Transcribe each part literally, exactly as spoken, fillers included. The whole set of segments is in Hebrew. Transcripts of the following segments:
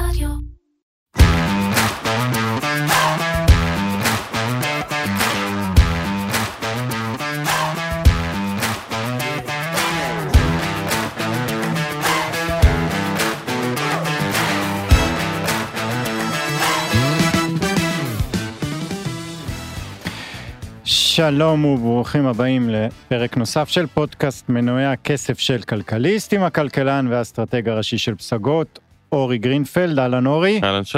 רדיו. שלום וברוכים הבאים לפרק נוסף של פודקאסט מנועי הכסף של כלכליסט, עם הכלכלן והאסטרטג הראשי של פסגות, אורי גרינפלד. אהלן אורי. אהלן שי.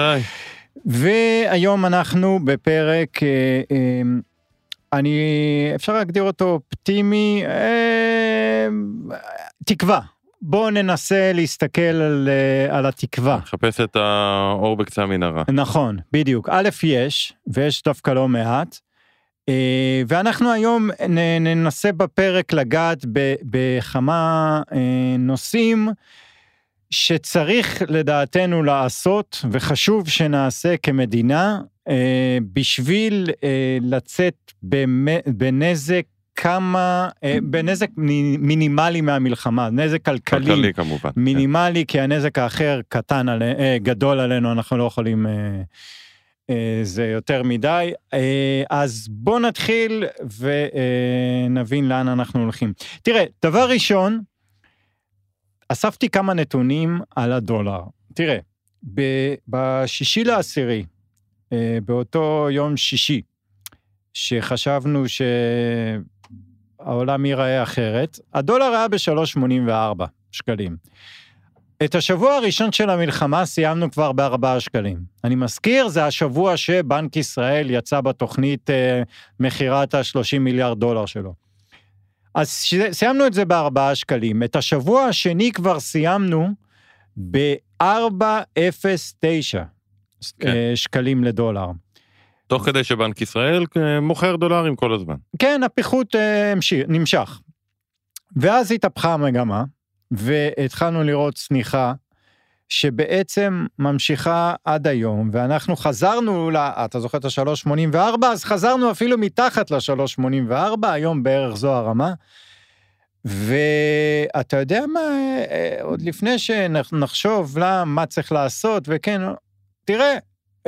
והיום אנחנו בפרק, אה, אה, אני, אפשר להגדיר אותו אופטימי, אה, תקווה. בואו ננסה להסתכל על, על התקווה. חפש את האור בקצה המנהרה. נכון, בדיוק. א' יש, ויש דווקא לא מעט, ואנחנו היום ננסה בפרק לגעת בכמה נושאים שצריך לדעתנו לעשות, וחשוב שנעשה כמדינה, בשביל לצאת בנזק כמה, בנזק מינימלי מהמלחמה, נזק כלכלי, כלכלי כמובן. מינימלי, כי הנזק האחר קטן, גדול עלינו, אנחנו לא יכולים... זה יותר מדי, אז בוא נתחיל ונבין לאן אנחנו הולכים. תראה, דבר ראשון, אספתי כמה נתונים על הדולר. תראה, בשישי לעשירי, באותו יום שישי, שחשבנו שהעולם ייראה אחרת, הדולר היה ב-שלוש שמונים וארבע שקלים. את השבוע הראשון של המלחמה סיימנו כבר בארבעה שקלים. אני מזכיר, זה השבוע שבנק ישראל יצא בתוכנית אה, מחירת ה-שלושים מיליארד דולר שלו. אז סיימנו את זה בארבעה שקלים. את השבוע השני כבר סיימנו ב-ארבע נקודה אפס תשע כן. אה, שקלים לדולר. תוך כדי שבנק ישראל מוכר דולרים כל הזמן. כן, הפיחות אה, נמשך. ואז התהפכה המגמה, והתחלנו לראות צניחה, שבעצם ממשיכה עד היום, ואנחנו חזרנו, לה, אתה זוכר את ה-שלוש שמונים וארבע, אז חזרנו אפילו מתחת ל-שלוש שמונים וארבע, היום בערך זו הרמה, ואתה יודע מה, עוד לפני שנחשוב לה, מה צריך לעשות, וכן, תראה,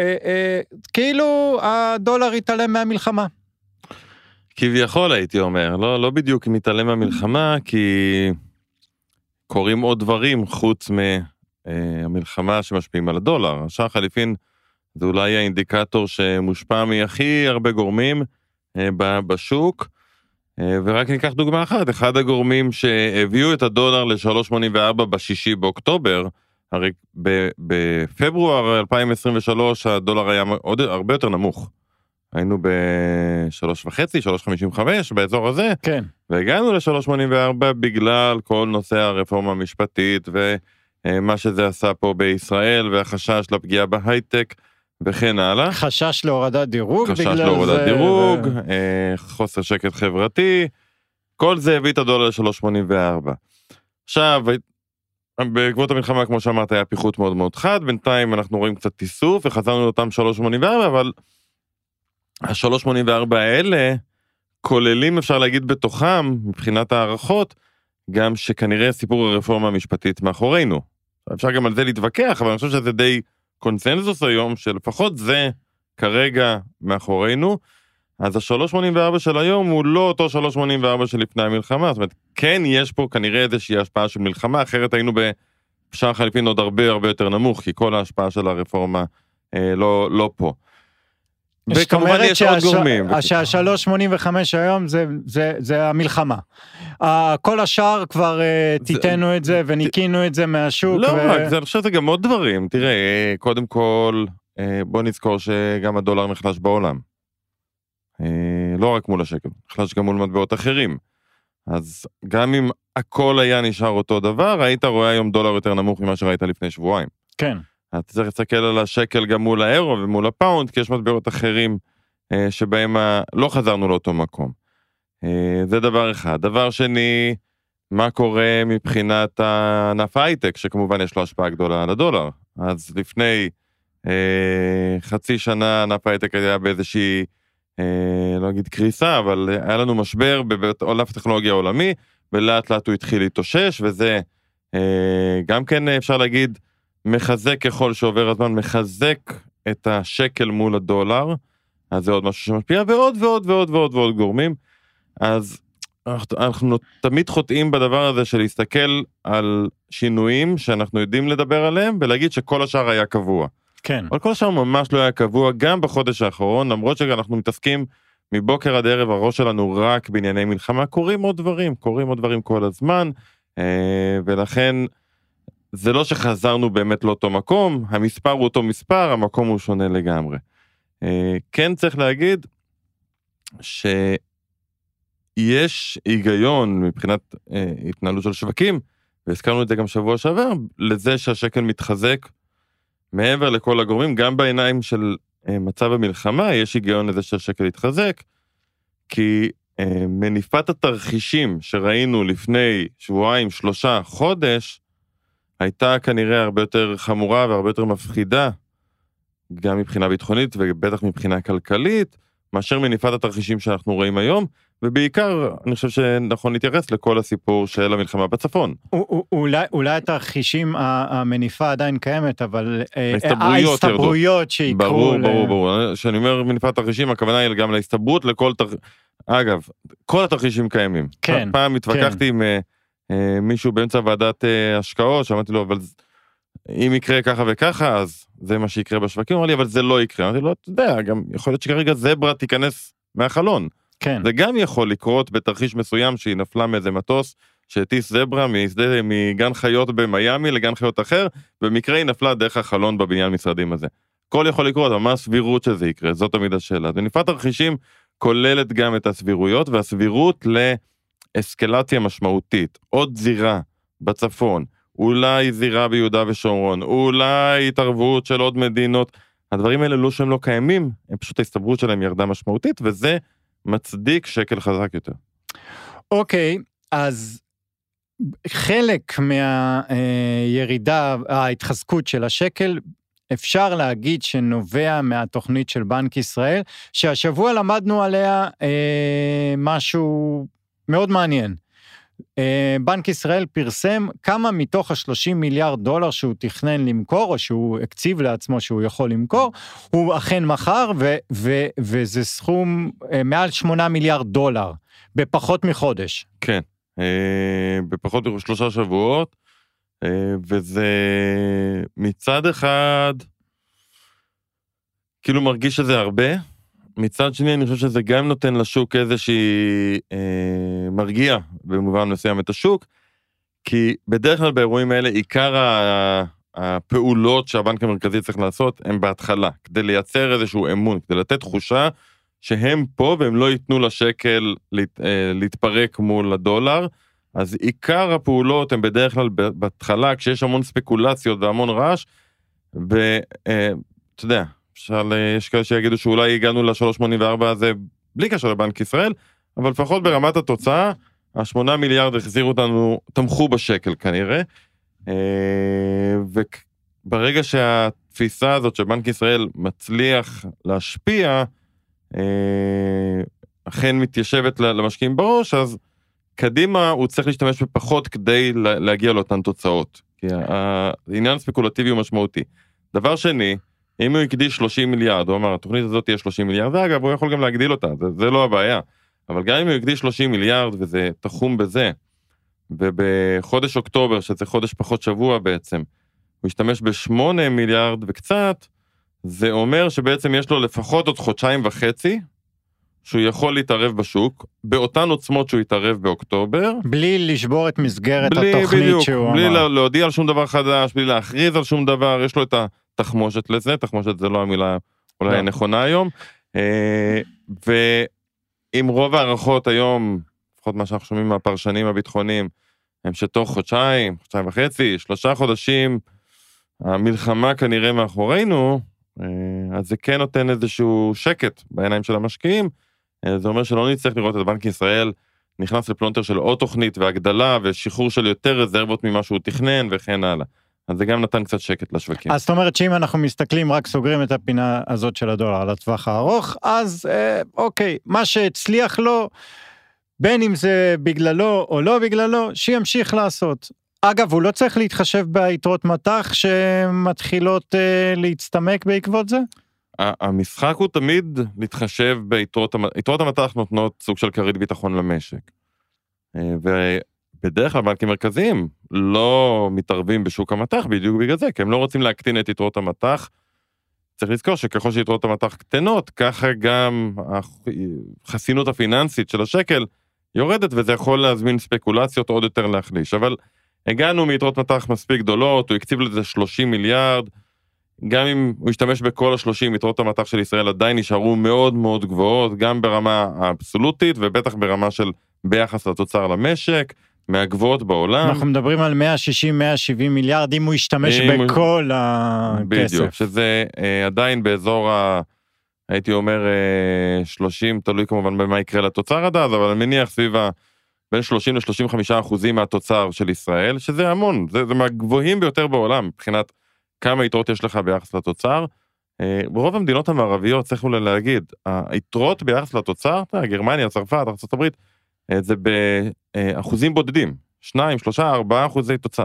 כאילו הדולר יתעלם מהמלחמה. כביכול הייתי אומר, לא, לא בדיוק מתעלם מהמלחמה, כי... קוראים עוד דברים חוץ מהמלחמה שמשפיעים על הדולר. השער חליפין זה אולי האינדיקטור שמושפע מהכי הרבה גורמים בשוק, ורק ניקח דוגמה אחת, אחד הגורמים שהביאו את הדולר ל-שלוש שמונים וארבע בשישי באוקטובר, הרי בפברואר אלפיים עשרים ושלוש הדולר היה עוד, הרבה יותר נמוך. היינו ב-שלוש וחצי, שלוש חמישים וחמש, באזור הזה. כן. והגענו ל-שלוש שמונים וארבע בגלל כל נושא הרפורמה המשפטית, ומה שזה עשה פה בישראל, והחשש לפגיעה בהייטק, וכן הלאה. חשש להורדת דירוג. חשש להורדת דירוג, ו... חוסר שקט חברתי, כל זה הביא את הדולר ל-שלוש שמונים וארבע. עכשיו, בעקבות המלחמה, כמו שאמרת, היה פיחות מאוד מאוד חד, בינתיים אנחנו רואים קצת תיסוף, וחזרנו לאותם שלוש שמונים וארבע, אבל... ה-שלוש שמונים וארבע האלה כוללים, אפשר להגיד בתוכם, מבחינת הערכות, גם שכנראה סיפור הרפורמה המשפטית מאחורינו. אפשר גם על זה להתווכח, אבל אני חושב שזה די קונצנזוס היום, שלפחות זה כרגע מאחורינו, אז ה-שלוש שמונים וארבע של היום הוא לא אותו שלוש שמונים וארבע של לפני המלחמה, זאת אומרת, כן יש פה כנראה איזושהי השפעה של מלחמה, אחרת היינו בשער חליפין עוד הרבה הרבה יותר נמוך, כי כל ההשפעה של הרפורמה אה, לא, לא פה. וכמובן יש עוד גורמים. שה-שלוש שמונים וחמש היום זה, זה, זה המלחמה. כל השאר כבר תיתנו את זה וניקינו את זה מהשוק. לא רק, אני חושב שזה גם עוד דברים. תראה, קודם כל, בוא נזכור שגם הדולר נחלש בעולם. לא רק מול השקל, נחלש גם מול מטבעות אחרים. אז גם אם הכל היה נשאר אותו דבר, היית רואה היום דולר יותר נמוך ממה שראית לפני שבועיים. כן. אתה צריך להסתכל על השקל גם מול האירו ומול הפאונד, כי יש מטבעות אחרים אה, שבהם ה... לא חזרנו לאותו מקום. אה, זה דבר אחד. דבר שני, מה קורה מבחינת הענף ההייטק, שכמובן יש לו השפעה גדולה על הדולר. אז לפני אה, חצי שנה ענף ההייטק היה באיזושהי, אה, לא אגיד קריסה, אבל היה לנו משבר בענף הטכנולוגיה העולמי, ולאט לאט הוא התחיל להתאושש, וזה אה, גם כן אפשר להגיד, מחזק ככל שעובר הזמן, מחזק את השקל מול הדולר, אז זה עוד משהו שמשפיע, ועוד ועוד ועוד ועוד ועוד גורמים, אז אנחנו תמיד חוטאים בדבר הזה של להסתכל על שינויים שאנחנו יודעים לדבר עליהם, ולהגיד שכל השאר היה קבוע. כן. אבל כל השאר ממש לא היה קבוע, גם בחודש האחרון, למרות שאנחנו מתעסקים מבוקר עד ערב, הראש שלנו רק בענייני מלחמה, קורים עוד דברים, קורים עוד דברים כל הזמן, ולכן זה לא שחזרנו באמת לאותו מקום, המספר הוא אותו מספר, המקום הוא שונה לגמרי. כן צריך להגיד שיש היגיון מבחינת התנהלות של שווקים, והזכרנו את זה גם שבוע שעבר, לזה שהשקל מתחזק מעבר לכל הגורמים, גם בעיניים של מצב המלחמה, יש היגיון לזה שהשקל יתחזק, כי מניפת התרחישים שראינו לפני שבועיים, שלושה, חודש, הייתה כנראה הרבה יותר חמורה והרבה יותר מפחידה, גם מבחינה ביטחונית ובטח מבחינה כלכלית, מאשר מניפת התרחישים שאנחנו רואים היום, ובעיקר אני חושב שנכון להתייחס לכל הסיפור של המלחמה בצפון. אולי, אולי התרחישים, המניפה עדיין קיימת, אבל ההסתברויות שיקרו... ברור, ברור, ברור. כשאני אומר מניפת תרחישים, הכוונה היא גם להסתברות לכל תרחישים, אגב, כל התרחישים קיימים. כן. פעם התווכחתי עם מישהו באמצע ועדת השקעות, שאמרתי לו, אבל אם יקרה ככה וככה, אז זה מה שיקרה בשווקים, אמר לי, אבל זה לא יקרה. אמרתי לו, אתה יודע, גם יכול להיות שכרגע זברה תיכנס מהחלון. כן. זה גם יכול לקרות בתרחיש מסוים שהיא נפלה מאיזה מטוס, שטיס זברה משדה, מגן חיות במיימי לגן חיות אחר, במקרה היא נפלה דרך החלון בבניין משרדים הזה. כל יכול לקרות, אבל מה הסבירות שזה יקרה? זאת תמיד השאלה. מניפת תרחישים כוללת גם את הסבירויות, והסבירות לאסקלציה משמעותית, עוד זירה בצפון, אולי זירה ביהודה ושומרון, אולי התערבות של עוד מדינות, הדברים האלה לא שהם לא קיימים, הם פשוט ההסתברות שלהם ירדה משמעותית, וזה מצדיק שקל חזק יותר. אוקיי, אז חלק מהירידה, ההתחזקות של השקל, אפשר להגיד שנובע מהתוכנית של בנק ישראל, שהשבוע למדנו עליה אה, משהו מאוד מעניין. אה, בנק ישראל פרסם כמה מתוך ה-שלושים מיליארד דולר שהוא תכנן למכור, או שהוא הקציב לעצמו שהוא יכול למכור, הוא אכן מחר, ו- ו- וזה סכום אה, מעל שמונה מיליארד דולר, בפחות מחודש. כן, אה, בפחות משלושה שבועות, וזה מצד אחד כאילו מרגיש שזה הרבה, מצד שני אני חושב שזה גם נותן לשוק איזושהי אה, מרגיע במובן מסוים את השוק, כי בדרך כלל באירועים האלה עיקר הפעולות שהבנק המרכזי צריך לעשות הם בהתחלה, כדי לייצר איזשהו אמון, כדי לתת תחושה שהם פה והם לא ייתנו לשקל להת, אה, להתפרק מול הדולר, אז עיקר הפעולות הן בדרך כלל בהתחלה, כשיש המון ספקולציות והמון רעש, ואתה יודע, יש כאלה שיגידו שאולי הגענו ל-שלוש שמונים וארבע הזה בלי קשר לבנק ישראל, אבל לפחות ברמת התוצאה, השמונה מיליארד החזירו אותנו, תמכו בשקל כנראה, וברגע שהתפיסה הזאת שבנק ישראל מצליח להשפיע, אכן מתיישבת למשקיעים בראש, אז קדימה הוא צריך להשתמש בפחות כדי להגיע לאותן תוצאות, כי העניין הספקולטיבי הוא משמעותי. דבר שני, אם הוא יקדיש שלושים מיליארד, הוא אמר, התוכנית הזאת תהיה שלושים מיליארד, ואגב, הוא יכול גם להגדיל אותה, זה, זה לא הבעיה, אבל גם אם הוא יקדיש שלושים מיליארד, וזה תחום בזה, ובחודש אוקטובר, שזה חודש פחות שבוע בעצם, הוא ישתמש בשמונה מיליארד וקצת, זה אומר שבעצם יש לו לפחות עוד חודשיים וחצי, שהוא יכול להתערב בשוק, באותן עוצמות שהוא יתערב באוקטובר. בלי לשבור את מסגרת בלי, התוכנית בדיוק, שהוא בלי אמר. בלי להודיע על שום דבר חדש, בלי להכריז על שום דבר, יש לו את התחמושת לזה, תחמושת זה לא המילה אולי לא. נכונה היום, ועם רוב הערכות היום, לפחות מה שאנחנו שומעים מהפרשנים הביטחוניים, הם שתוך חודשיים, חודשיים וחצי, שלושה חודשים, המלחמה כנראה מאחורינו, אז זה כן נותן איזשהו שקט בעיניים של המשקיעים, זה אומר שלא נצטרך לראות את בנק ישראל נכנס לפלונטר של עוד תוכנית והגדלה ושחרור של יותר רזרבות ממה שהוא תכנן וכן הלאה. אז זה גם נתן קצת שקט לשווקים. אז זאת אומרת שאם אנחנו מסתכלים, רק סוגרים את הפינה הזאת של הדולר על הטווח הארוך, אז אה, אוקיי, מה שהצליח לו, בין אם זה בגללו או לא בגללו, שימשיך לעשות. אגב, הוא לא צריך להתחשב ביתרות מטח שמתחילות uh, להצטמק בעקבות זה? המשחק הוא תמיד להתחשב ביתרות, יתרות המטח נותנות סוג של כרית ביטחון למשק. ובדרך כלל בנקים מרכזיים לא מתערבים בשוק המטח בדיוק בגלל זה, כי הם לא רוצים להקטין את יתרות המטח. צריך לזכור שככל שיתרות המטח קטנות, ככה גם החסינות הפיננסית של השקל יורדת, וזה יכול להזמין ספקולציות עוד יותר להחליש. אבל הגענו מיתרות מטח מספיק גדולות, הוא הקציב לזה שלושים מיליארד, גם אם הוא ישתמש בכל ה-שלושים, יתרות המטח של ישראל עדיין נשארו מאוד מאוד גבוהות, גם ברמה האבסולוטית, ובטח ברמה של ביחס לתוצר למשק, מהגבוהות בעולם. אנחנו מדברים על מאה שישים מאה שבעים מיליארד, אם הוא ישתמש בכל הכסף. בדיוק, שזה אה, עדיין באזור ה... הייתי אומר אה, שלושים, תלוי כמובן במה יקרה לתוצר עד אז, אבל אני מניח סביב ה... בין שלושים ל-שלושים וחמישה אחוזים מהתוצר של ישראל, שזה המון, זה, זה מהגבוהים ביותר בעולם, מבחינת כמה יתרות יש לך ביחס לתוצר. ברוב המדינות המערביות, צריך אולי להגיד, היתרות ביחס לתוצר, גרמניה, צרפת, ארצות הברית, זה באחוזים בודדים, שניים, שלושה, ארבעה אחוזי תוצר.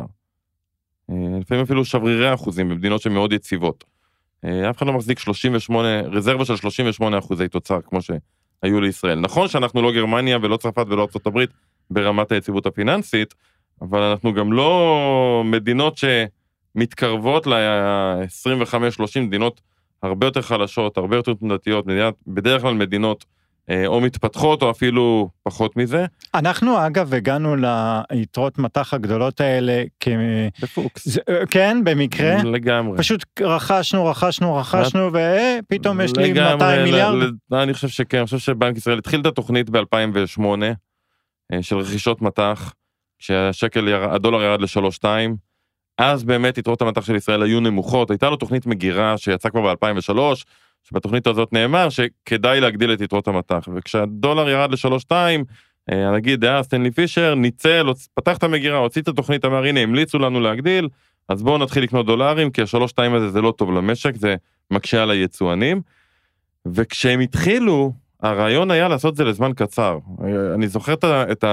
לפעמים אפילו שברירי אחוזים במדינות שמאוד יציבות. אף אחד לא מחזיק שלושים ושמונה, רזרבה של שלושים ושמונה אחוזי תוצר, כמו שהיו לישראל. נכון שאנחנו לא גרמניה ולא צרפת ולא ארצות הברית ברמת היציבות הפיננסית, אבל אנחנו גם לא מדינות ש... מתקרבות ל-עשרים וחמש שלושים מדינות הרבה יותר חלשות, הרבה יותר תנודתיות, בדרך כלל מדינות או מתפתחות או אפילו פחות מזה. אנחנו אגב הגענו ליתרות מטח הגדולות האלה כ... בפוקס. זה, כן, במקרה. לגמרי. פשוט רכשנו, רכשנו, רכשנו, ופתאום יש לי מאתיים מיליארד. אני חושב שכן, אני חושב שבנק ישראל התחיל את התוכנית ב-אלפיים ושמונה, של רכישות מטח, כשהשקל, הדולר ירד ל-שלוש שתיים, אז באמת יתרות המטח של ישראל היו נמוכות, הייתה לו תוכנית מגירה שיצאה כבר ב-אלפיים ושלוש, שבתוכנית הזאת נאמר שכדאי להגדיל את יתרות המטח, וכשהדולר ירד ל-שלוש שתיים, נגיד, היה סטנלי פישר, ניצל, פתח את המגירה, הוציא את התוכנית, אמר, הנה, המליצו לנו להגדיל, אז בואו נתחיל לקנות דולרים, כי ה-שלוש שתיים הזה זה לא טוב למשק, זה מקשה על היצואנים, וכשהם התחילו, הרעיון היה לעשות את זה לזמן קצר. אני זוכר את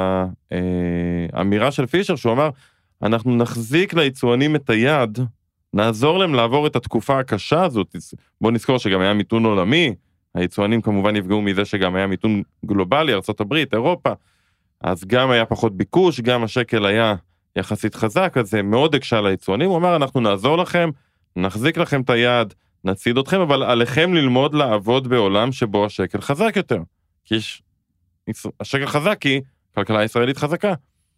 האמירה של פישר, שהוא אמר, אנחנו נחזיק ליצואנים את היד, נעזור להם לעבור את התקופה הקשה הזאת, בואו נזכור שגם היה מיתון עולמי, היצואנים כמובן נפגעו מזה שגם היה מיתון גלובלי, ארצות הברית, אירופה, אז גם היה פחות ביקוש, גם השקל היה יחסית חזק, אז זה מאוד הקשה ליצואנים, הוא אמר, אנחנו נעזור לכם, נחזיק לכם את היד, נציד אתכם, אבל עליכם ללמוד לעבוד בעולם שבו השקל חזק יותר, כי יש, השקל חזק כי כלכלה הישראלית חזקה,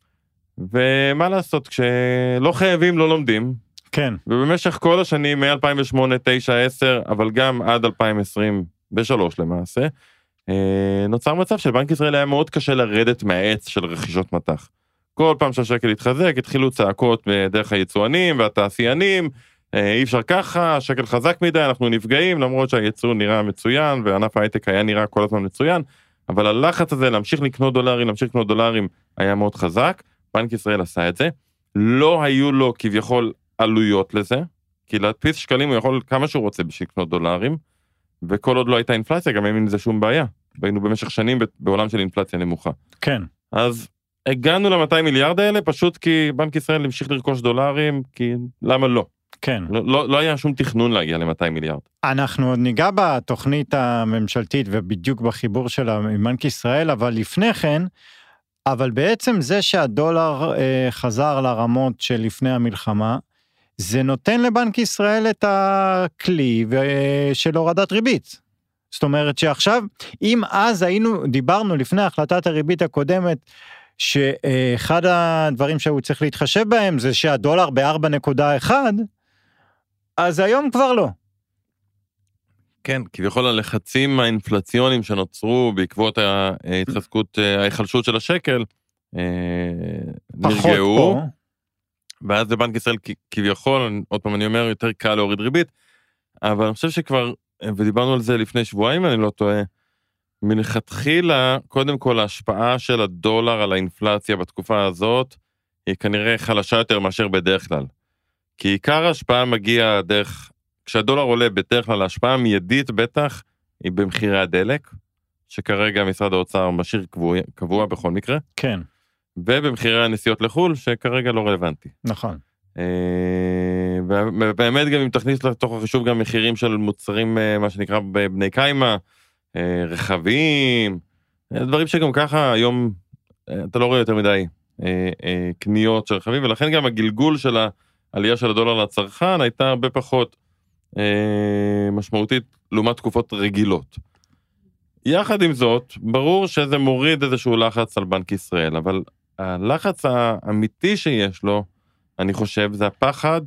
ומה לעשות, כשלא חייבים לא לומדים, כן. ובמשך כל השנים, מ-אלפיים ושמונה, תשע, עשר, אבל גם עד אלפיים עשרים ושלוש למעשה, נוצר מצב של בנק ישראל היה מאוד קשה לרדת מהעץ של רכישות מטח. כל פעם שהשקל התחזק, התחילו צעקות דרך היצואנים והתעשיינים, אי אפשר ככה, השקל חזק מדי, אנחנו נפגעים, למרות שהייצור נראה מצוין, וענף ההייטק היה נראה כל הזמן מצוין, אבל הלחץ הזה להמשיך לקנות דולרים, להמשיך לקנות דולרים, היה מאוד חזק. בנק ישראל עשה את זה, לא היו לו כביכול עלויות לזה, כי להדפיס שקלים הוא יכול כמה שהוא רוצה בשביל לקנות דולרים, וכל עוד לא הייתה אינפלציה, גם אין לזה שום בעיה. והיינו במשך שנים בעולם של אינפלציה נמוכה. כן. אז הגענו ל-מאתיים מיליארד האלה, פשוט כי בנק ישראל המשיך לרכוש דולרים, כי למה לא? כן. לא, לא, לא היה שום תכנון להגיע ל-מאתיים מיליארד. אנחנו עוד ניגע בתוכנית הממשלתית, ובדיוק בחיבור שלה עם בנק ישראל, אבל לפני כן, אבל בעצם זה שהדולר אה, חזר לרמות של לפני המלחמה, זה נותן לבנק ישראל את הכלי של הורדת ריבית. זאת אומרת שעכשיו, אם אז היינו, דיברנו לפני החלטת הריבית הקודמת, שאחד הדברים שהוא צריך להתחשב בהם, זה שהדולר ב-ארבע נקודה אחת, אז היום כבר לא. כן, כביכול הלחצים האינפלציוניים שנוצרו בעקבות ההתחזקות, ההיחלשות של השקל, נרגעו, ואז לבנק ישראל כביכול, עוד פעם אני אומר, יותר קל להוריד ריבית, אבל אני חושב שכבר, ודיברנו על זה לפני שבועיים, אני לא טועה, מלכתחילה, קודם כל ההשפעה של הדולר על האינפלציה בתקופה הזאת, היא כנראה חלשה יותר מאשר בדרך כלל. כי עיקר ההשפעה מגיע דרך, כשהדולר עולה בדרך כלל, ההשפעה המיידית בטח, היא במחירי הדלק, שכרגע משרד האוצר משאיר קבוע, קבוע בכל מקרה. כן. ובמחירי הנסיעות לחול, שכרגע לא רלוונטי. נכון. ובאמת גם אם תכניס לתוך החישוב גם מחירים של מוצרים, מה שנקרא בבני קיימה, רכבים, דברים שגם ככה היום אתה לא רואה יותר מדי קניות של רכבים, ולכן גם הגלגול של העלייה של הדולר לצרכן הייתה הרבה פחות משמעותית לעומת תקופות רגילות. יחד עם זאת, ברור שזה מוריד איזשהו לחץ על בנק ישראל, אבל הלחץ האמיתי שיש לו, אני חושב, זה הפחד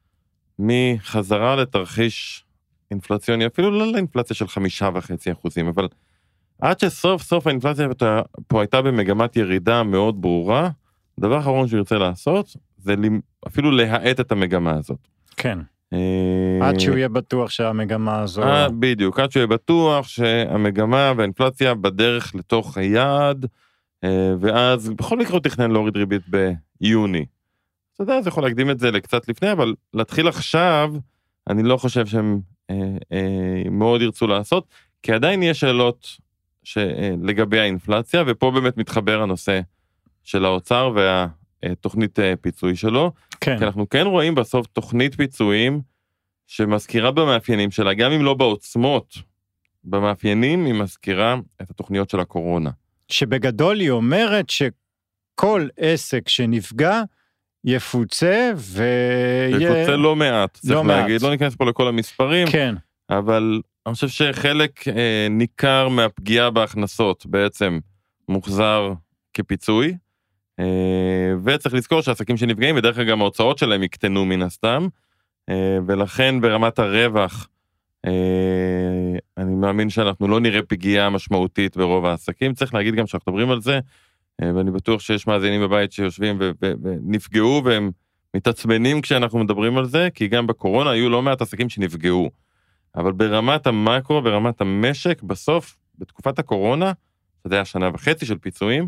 מחזרה לתרחיש אינפלציוני, אפילו לא לאינפלציה של חמישה וחצי אחוזים, אבל עד שסוף סוף האינפלציה פה הייתה במגמת ירידה מאוד ברורה, הדבר האחרון שהוא ירצה לעשות, זה אפילו להאט את המגמה הזאת. כן. עד שהוא יהיה בטוח שהמגמה הזו... בדיוק, עד שהוא יהיה בטוח שהמגמה והאינפלציה בדרך לתוך היעד, ואז בכל מקרה הוא תכנן להוריד ריבית ביוני. אתה יודע, זה יכול להקדים את זה לקצת לפני, אבל להתחיל עכשיו, אני לא חושב שהם מאוד ירצו לעשות, כי עדיין יש שאלות לגבי האינפלציה, ופה באמת מתחבר הנושא של האוצר והתוכנית פיצוי שלו, כן. כי אנחנו כן רואים בסוף תוכנית פיצויים, שמזכירה במאפיינים שלה, גם אם לא בעוצמות, במאפיינים היא מזכירה את התוכניות של הקורונה. שבגדול היא אומרת שכל עסק שנפגע, יפוצה ויהיה... יפוצה לא מעט, צריך לא להגיד, מעט. לא ניכנס פה לכל המספרים, כן. אבל אני חושב שחלק אה, ניכר מהפגיעה בהכנסות בעצם מוחזר כפיצוי, אה, וצריך לזכור שהעסקים שנפגעים, בדרך כלל גם ההוצאות שלהם יקטנו מן הסתם, אה, ולכן ברמת הרווח, אה, אני מאמין שאנחנו לא נראה פגיעה משמעותית ברוב העסקים, צריך להגיד גם שאנחנו מדברים על זה, ואני בטוח שיש מאזינים בבית שיושבים ונפגעו, והם מתעצבנים כשאנחנו מדברים על זה, כי גם בקורונה היו לא מעט עסקים שנפגעו. אבל ברמת המקרו, ברמת המשק, בסוף, בתקופת הקורונה, זה היה שנה וחצי של פיצויים,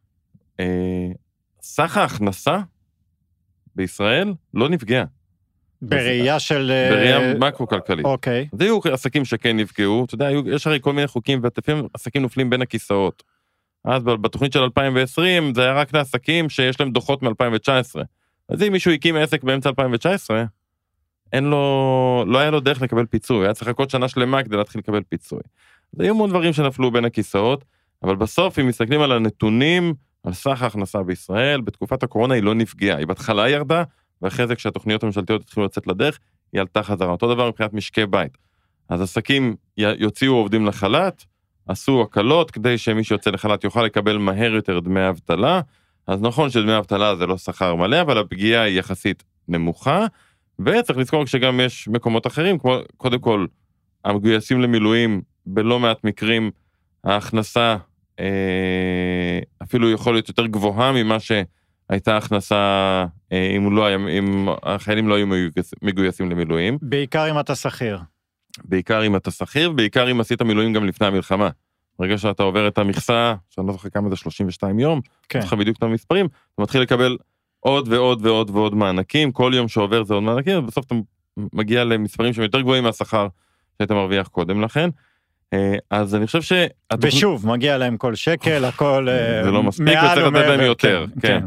סך ההכנסה בישראל לא נפגע. בראייה של... בראייה מקרו-כלכלית. אוקיי. זה היו עסקים שכן נפגעו, אתה יודע, יש הרי כל מיני חוקים, והטפים עסקים נופלים בין הכיסאות. אז בתוכנית של אלפיים ועשרים, זה היה רק לעסקים שיש להם דוחות מ-אלפיים תשע עשרה. אז אם מישהו הקים עסק באמצע אלפיים תשע עשרה, אין לו, לא היה לו דרך לקבל פיצוי, היה צריך לחכות שנה שלמה כדי להתחיל לקבל פיצוי. זה היו מאוד דברים שנפלו בין הכיסאות, אבל בסוף, אם מסתכלים על הנתונים, על סך ההכנסה בישראל, בתקופת הקורונה היא לא נפגעה, היא בהתחלה ירדה, ואחרי זה כשהתוכניות הממשלתיות התחילו לצאת לדרך, היא עלתה חזרה. אותו דבר מבחינת משקי בית. אז עסקים יוציאו עובדים לחל"ת, עשו הקלות כדי שמי שיוצא לחל"ת יוכל לקבל מהר יותר דמי אבטלה, אז נכון שדמי אבטלה זה לא שכר מלא, אבל הפגיעה היא יחסית נמוכה, וצריך לזכור שגם יש מקומות אחרים, כמו קודם כל, המגויסים למילואים, בלא מעט מקרים, ההכנסה אה, אפילו יכול להיות יותר גבוהה ממה שהייתה הכנסה, אה, אם, לא היה, אם החיילים לא היו מגויסים למילואים. בעיקר אם אתה שכיר. בעיקר אם אתה שכיר, בעיקר אם עשית מילואים גם לפני המלחמה. ברגע שאתה עובר את המכסה, שאני לא זוכר כמה זה שלושים ושתיים יום, כן. יש לך בדיוק את המספרים, אתה מתחיל לקבל עוד ועוד ועוד ועוד מענקים, כל יום שעובר זה עוד מענקים, ובסוף אתה מגיע למספרים שהם יותר גבוהים מהשכר שאתה מרוויח קודם לכן. אז אני חושב ש... ושוב, מגיע להם כל שקל, הכל... זה לא מספיק, וצריך לתת להם יותר, כן.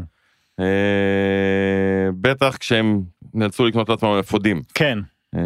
בטח כשהם נאלצו לקנות לעצמם אפודים. כן.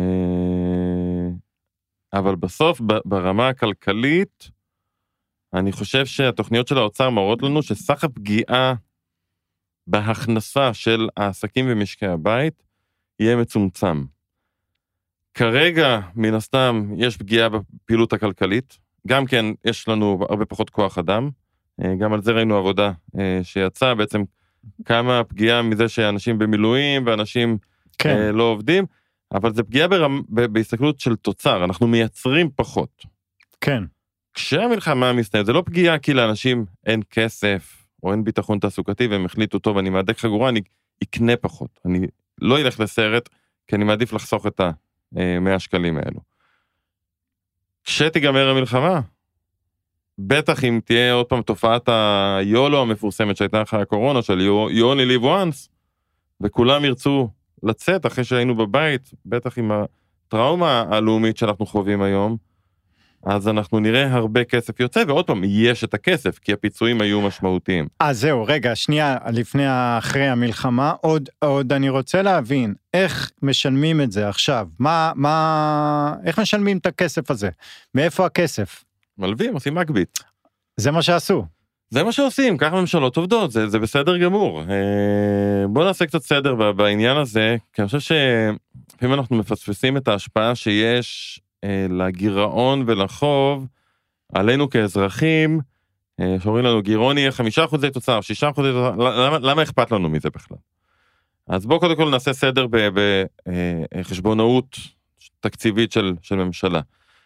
אבל בסוף, ברמה הכלכלית, אני חושב שהתוכניות של האוצר מראות לנו שסך הפגיעה בהכנסה של העסקים ומשקי הבית יהיה מצומצם. כרגע, מן הסתם, יש פגיעה בפעילות הכלכלית, גם כן יש לנו הרבה פחות כוח אדם, גם על זה ראינו עבודה שיצאה, בעצם כמה פגיעה מזה שאנשים במילואים ואנשים כן. לא עובדים, אבל זה פגיעה ברמ... בהסתכלות של תוצר, אנחנו מייצרים פחות. כן. כשהמלחמה מסתיימת, זה לא פגיעה כי לאנשים אין כסף, או אין ביטחון תעסוקתי, והם החליטו טוב, אני מעדק חגורה, אני אקנה פחות. אני לא אלך לסרט, כי אני מעדיף לחסוך את ה-מאה שקלים האלו. כשתיגמר המלחמה, בטח אם תהיה עוד פעם תופעת היולו המפורסמת שהייתה אחרי הקורונה, של you only live once, וכולם ירצו לצאת אחרי שהיינו בבית, בטח עם הטראומה הלאומית שאנחנו חווים היום, אז אנחנו נראה הרבה כסף יוצא, ועוד פעם, יש את הכסף, כי הפיצויים היו משמעותיים. אז זהו, רגע, שנייה, לפני, אחרי המלחמה, עוד, עוד אני רוצה להבין, איך משלמים את זה עכשיו? מה, מה, איך משלמים את הכסף הזה? מאיפה הכסף? מלווים, עושים מקביט. זה מה שעשו. זה מה שעושים, ככה ממשלות עובדות, זה, זה בסדר גמור. בואו נעשה קצת סדר בעניין הזה, כי אני חושב שאם אנחנו מפספסים את ההשפעה שיש לגירעון ולחוב, עלינו כאזרחים, שאומרים לנו גירעון יהיה חמישה אחוזי תוצר, שישה אחוזי תוצר, למה, למה אכפת לנו מזה בכלל? אז בואו קודם כל נעשה סדר בחשבונאות תקציבית של, של ממשלה.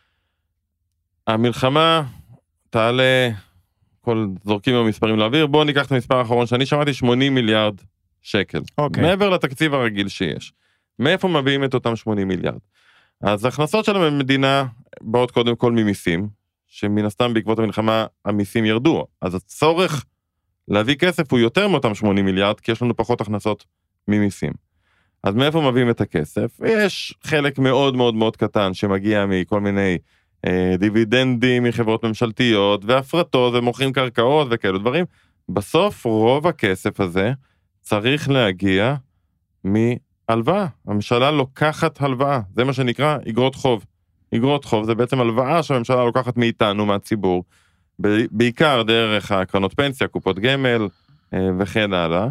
המלחמה תעלה, כל זורקים במספרים לאוויר, בואו ניקח את המספר האחרון שאני שמעתי, שמונים מיליארד שקל. אוקיי. מעבר לתקציב הרגיל שיש. מאיפה מביאים את אותם שמונים מיליארד? אז ההכנסות של המדינה באות קודם כל ממיסים, שמן הסתם בעקבות המלחמה המיסים ירדו, אז הצורך להביא כסף הוא יותר מאותם שמונים מיליארד, כי יש לנו פחות הכנסות ממיסים. אז מאיפה מביאים את הכסף? יש חלק מאוד מאוד מאוד קטן שמגיע מכל מיני אה, דיבידנדים מחברות ממשלתיות, והפרטות ומוכרים קרקעות וכאלו דברים. בסוף רוב הכסף הזה צריך להגיע מהלוואה. הממשלה לוקחת הלוואה, זה מה שנקרא אגרות חוב. אגרות חוב זה בעצם הלוואה שהממשלה לוקחת מאיתנו, מהציבור, בעיקר דרך הקרנות פנסיה, קופות גמל וכן הלאה,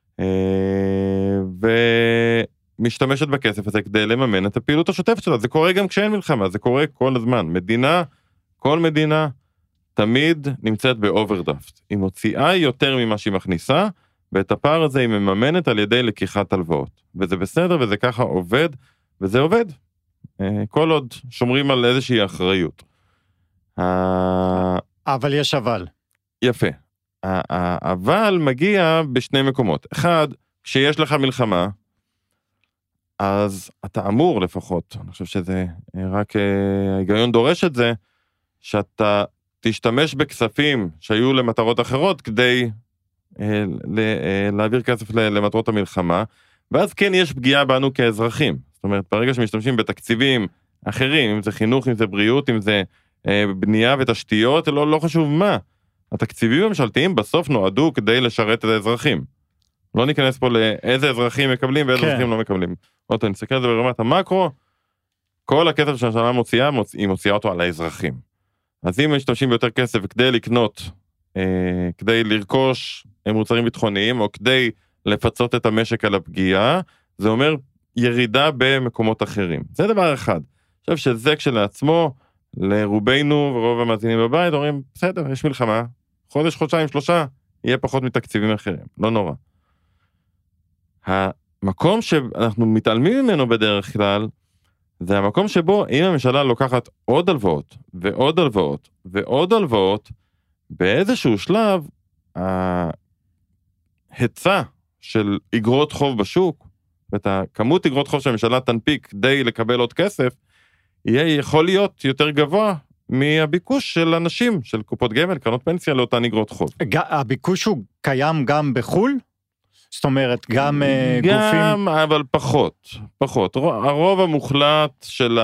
ומשתמשת בכסף הזה כדי לממן את הפעילות השוטפת שלה. זה קורה גם כשאין מלחמה, זה קורה כל הזמן. מדינה, כל מדינה, תמיד נמצאת באוברדרפט. היא מוציאה יותר ממה שהיא מכניסה, ואת הפער הזה היא מממנת על ידי לקיחת הלוואות. וזה בסדר, וזה ככה עובד, וזה עובד. כל עוד שומרים על איזושהי אחריות. אבל יש אבל. יפה. אבל מגיע בשני מקומות. אחד, כשיש לך מלחמה, אז אתה אמור לפחות, אני חושב שזה רק ההיגיון דורש את זה, שאתה תשתמש בכספים שהיו למטרות אחרות, כדי להעביר כסף למטרות המלחמה, ואז כן יש פגיעה בנו כאזרחים. זאת אומרת, ברגע שמשתמשים בתקציבים אחרים, אם זה חינוך, אם זה בריאות, אם זה אה, בנייה ותשתיות, לא, לא חשוב מה. התקציבים הממשלתיים בסוף נועדו כדי לשרת את האזרחים. לא ניכנס פה לאיזה אזרחים מקבלים ואיזה כן. אזרחים לא מקבלים. עוד פעם, נסתכל על זה ברמת המקרו, כל הכסף שהממשלה מוציאה, מוצ... היא מוציאה אותו על האזרחים. אז אם משתמשים ביותר כסף כדי לקנות, אה, כדי לרכוש מוצרים ביטחוניים, או כדי לפצות את המשק על הפגיעה, זה אומר ירידה במקומות אחרים. זה דבר אחד. אני חושב שזה כשלעצמו, לרובנו ורוב המאזינים בבית, אומרים, בסדר, יש מלחמה, חודש, חודשיים, שלושה, יהיה פחות מתקציבים אחרים, לא נורא. המקום שאנחנו מתעלמים ממנו בדרך כלל, זה המקום שבו אם הממשלה לוקחת עוד הלוואות, ועוד הלוואות, ועוד הלוואות, באיזשהו שלב, ההיצע של אגרות חוב בשוק, ואת הכמות אגרות חוב שהממשלה תנפיק כדי לקבל עוד כסף, יהיה יכול להיות יותר גבוה מהביקוש של אנשים, של קופות גמל, קרנות פנסיה לאותן אגרות חוב. הביקוש הוא קיים גם בחול? זאת אומרת, גם גופים... גם, אבל פחות, פחות. הרוב המוחלט של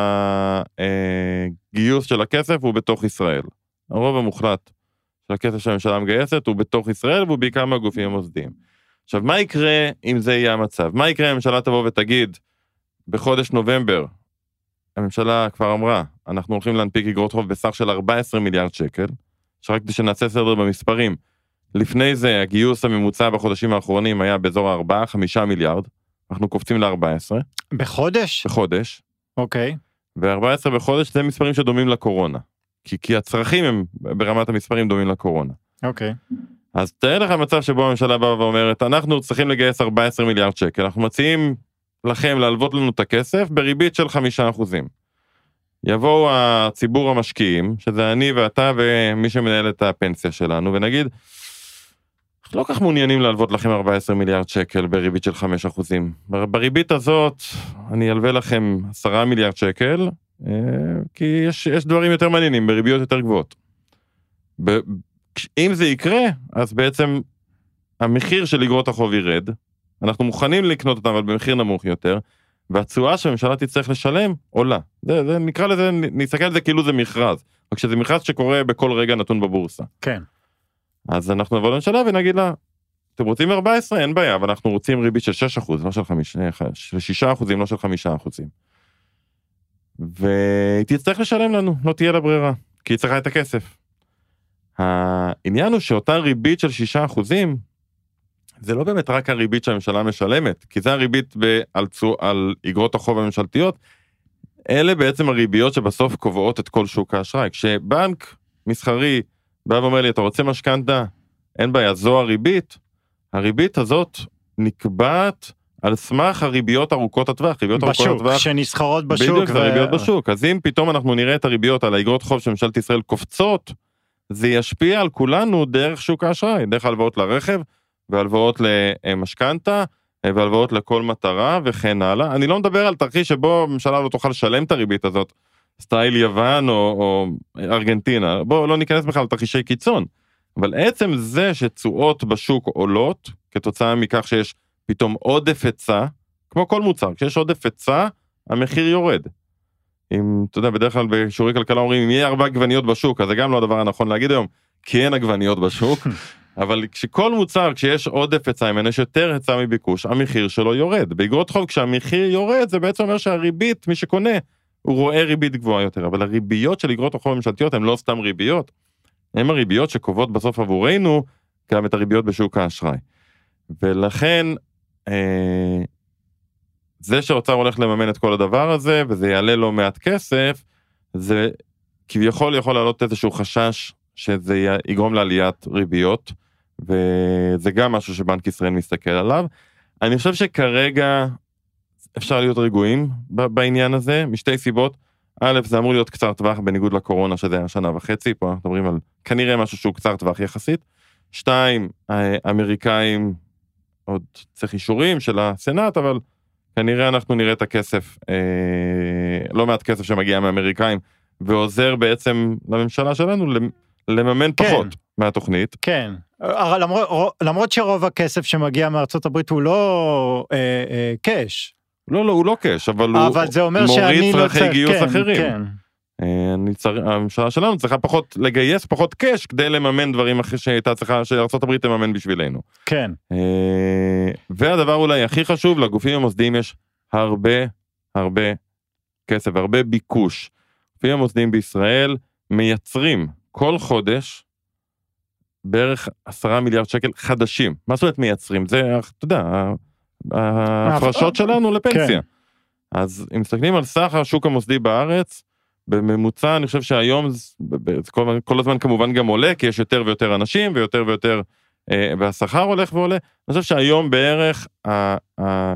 הגיוס של הכסף הוא בתוך ישראל. הרוב המוחלט של הכסף שהממשלה מגייסת הוא בתוך ישראל, והוא בעיקר מהגופים המוסדיים. עכשיו, מה יקרה אם זה יהיה המצב? מה יקרה אם הממשלה תבוא ותגיד, בחודש נובמבר, הממשלה כבר אמרה, אנחנו הולכים להנפיק אגרות חוב בסך של ארבעה עשר מיליארד שקל, שרק כדי שנעשה סדר במספרים, לפני זה הגיוס הממוצע בחודשים האחרונים היה באזור ארבעה חמישה מיליארד, אנחנו קופצים ל-ארבע עשרה. בחודש? בחודש. אוקיי. ו-ארבע עשרה בחודש זה מספרים שדומים לקורונה, כי, כי הצרכים הם ברמת המספרים דומים לקורונה. אוקיי. אז תראה לך מצב שבו הממשלה באה ואומרת, אנחנו צריכים לגייס ארבעה עשר מיליארד שקל, אנחנו מציעים לכם להלוות לנו את הכסף בריבית של חמישה אחוזים. יבואו הציבור המשקיעים, שזה אני ואתה ומי שמנהל את הפנסיה שלנו, ונגיד, אנחנו לא כך מעוניינים להלוות לכם ארבעה עשר מיליארד שקל בריבית של חמישה אחוזים. בריבית הזאת אני אלווה לכם עשרה מיליארד שקל, כי יש, יש דברים יותר מעניינים, בריביות יותר גבוהות. ב- אם זה יקרה, אז בעצם המחיר של אגרות החוב ירד, אנחנו מוכנים לקנות אותם, אבל במחיר נמוך יותר, והתשואה שהממשלה תצטרך לשלם עולה. זה, זה, נקרא לזה, נסתכל על זה כאילו זה מכרז, רק שזה מכרז שקורה בכל רגע נתון בבורסה. כן. אז אנחנו נבוא לממשלה ונגיד לה, אתם רוצים ארבע עשרה? אין בעיה, אבל אנחנו רוצים ריבית של שישה אחוז, לא של חמישה, של שישה אחוזים, לא של חמישה אחוזים. והיא תצטרך לשלם לנו, לא תהיה לה ברירה, כי היא צריכה את הכסף. העניין הוא שאותה ריבית של שישה אחוזים, זה לא באמת רק הריבית שהממשלה משלמת, כי זה הריבית על, על אגרות החוב הממשלתיות, אלה בעצם הריביות שבסוף קובעות את כל שוק האשראי. כשבנק מסחרי בא ואומר לי, אתה רוצה משכנתא? אין בעיה, זו הריבית. הריבית הזאת נקבעת על סמך הריביות ארוכות הטווח, ריביות בשוק, ארוכות הטווח. שנסחרות בשוק. בדיוק, ו... זה ריביות בשוק. אז אם פתאום אנחנו נראה את הריביות על האגרות חוב של ממשלת ישראל קופצות, זה ישפיע על כולנו דרך שוק האשראי, דרך הלוואות לרכב, והלוואות למשכנתא, והלוואות לכל מטרה, וכן הלאה. אני לא מדבר על תרחיש שבו הממשלה לא תוכל לשלם את הריבית הזאת, סטייל יוון או, או ארגנטינה. בואו לא ניכנס בכלל לתרחישי קיצון. אבל עצם זה שתשואות בשוק עולות, כתוצאה מכך שיש פתאום עודף היצע, כמו כל מוצר, כשיש עודף היצע, המחיר יורד. אם, אתה יודע, בדרך כלל בשיעורי כלכלה אומרים, אם יהיה ארבע עגבניות בשוק, אז זה גם לא הדבר הנכון להגיד היום, כי אין עגבניות בשוק, אבל כשכל מוצר, כשיש עודף היצע, אם יש יותר היצע מביקוש, המחיר שלו יורד. באגרות חוב, כשהמחיר יורד, זה בעצם אומר שהריבית, מי שקונה, הוא רואה ריבית גבוהה יותר, אבל הריביות של אגרות החוב הממשלתיות הן לא סתם ריביות, הן הריביות שקובעות בסוף עבורנו, גם את הריביות בשוק האשראי. ולכן, אה, זה שהאוצר הולך לממן את כל הדבר הזה, וזה יעלה לו מעט כסף, זה כביכול יכול לעלות איזשהו חשש, שזה יגרום לעליית ריביות, וזה גם משהו שבנק ישראל מסתכל עליו. אני חושב שכרגע אפשר להיות רגועים בעניין הזה, משתי סיבות. א', זה אמור להיות קצר טווח, בניגוד לקורונה, שזה היה שנה וחצי, פה אנחנו מדברים על כנראה משהו שהוא קצר טווח יחסית. שתיים, האמריקאים, עוד צריך אישורים של הסנאט, אבל כנראה אנחנו נראה את הכסף, אה, לא מעט כסף שמגיע מהאמריקאים, ועוזר בעצם לממשלה שלנו לממן כן. פחות מהתוכנית. כן, למרות, למרות שרוב הכסף שמגיע מארצות הברית הוא לא אה, אה, קש. לא, לא, הוא לא קש, אבל, אבל הוא מוריד צרכי לא גיוס כן, אחרים. כן. אני צר... הממשלה שלנו צריכה פחות לגייס, פחות קש, כדי לממן דברים אחרי שהייתה צריכה, שארצות הברית תממן בשבילנו. כן. והדבר אולי הכי חשוב, לגופים המוסדיים יש הרבה, הרבה כסף, הרבה ביקוש. גופים המוסדיים בישראל מייצרים כל חודש בערך עשרה מיליארד שקל חדשים. מה זאת אומרת מייצרים? זה, אתה יודע, ההפרשות שלנו לפנסיה. אז אם מסתכלים על סך השוק המוסדי בארץ, בממוצע אני חושב שהיום, כל, כל הזמן כמובן גם עולה, כי יש יותר ויותר אנשים, ויותר ויותר, והשכר הולך ועולה. אני חושב שהיום בערך, ה, ה,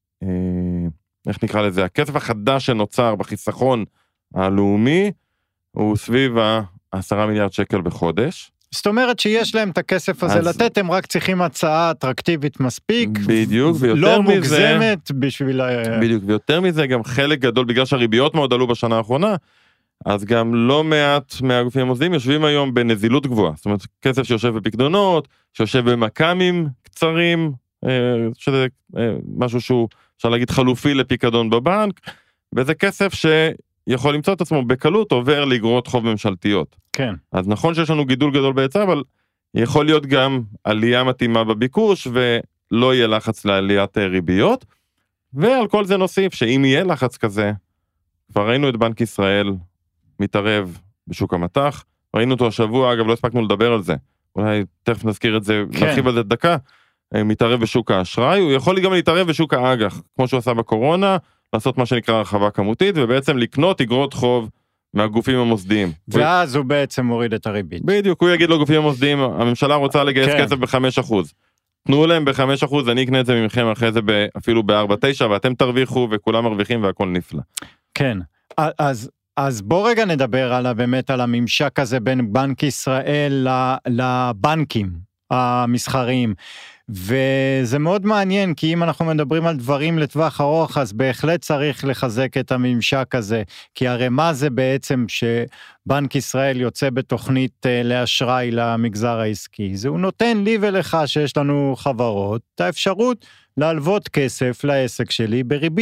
איך נקרא לזה, הכסף החדש שנוצר בחיסכון הלאומי, הוא סביב ה-עשרה מיליארד שקל בחודש. זאת אומרת שיש להם את הכסף הזה אז... לתת, הם רק צריכים הצעה אטרקטיבית מספיק. בדיוק, ויותר לא מזה... לא מוגזמת בשביל... בדיוק, ויותר מזה גם חלק גדול, בגלל שהריביות מאוד עלו בשנה האחרונה, אז גם לא מעט מהגופים המוסדיים יושבים היום בנזילות גבוהה. זאת אומרת, כסף שיושב בפקדונות, שיושב במקמים קצרים, שזה משהו שהוא, אפשר להגיד, חלופי לפיקדון בבנק, וזה כסף ש... יכול למצוא את עצמו בקלות, עובר לאגרות חוב ממשלתיות. כן. אז נכון שיש לנו גידול גדול בהיצע, אבל יכול להיות גם עלייה מתאימה בביקוש, ולא יהיה לחץ לעליית ריביות, ועל כל זה נוסיף שאם יהיה לחץ כזה, כבר ראינו את בנק ישראל מתערב בשוק המטח, ראינו אותו השבוע, אגב לא הספקנו לדבר על זה, אולי תכף נזכיר את זה, כן. נרחיב על זה דקה, מתערב בשוק האשראי, הוא יכול גם להתערב בשוק האג"ח, כמו שהוא עשה בקורונה, לעשות מה שנקרא הרחבה כמותית, ובעצם לקנות אגרות חוב מהגופים המוסדיים. ואז הוא בעצם מוריד את הריבית. בדיוק, הוא יגיד לגופים המוסדיים, הממשלה רוצה לגייס כסף ב-חמישה אחוז. תנו להם ב-חמישה אחוז, אני אקנה את זה ממכם אחרי זה אפילו ב-ארבע תשע, ואתם תרוויחו וכולם מרוויחים והכל נפלא. כן, אז, אז בוא רגע נדבר על, באמת על הממשק הזה בין בנק ישראל לבנקים המסחריים. וזה מאוד מעניין, כי אם אנחנו מדברים על דברים לטווח ארוך, אז בהחלט צריך לחזק את הממשק הזה, כי הרי מה זה בעצם שבנק ישראל יוצא בתוכנית לאשראי למגזר העסקי? זה הוא נותן לי ולך שיש לנו חברות, את האפשרות להלוות כסף לעסק שלי בריבית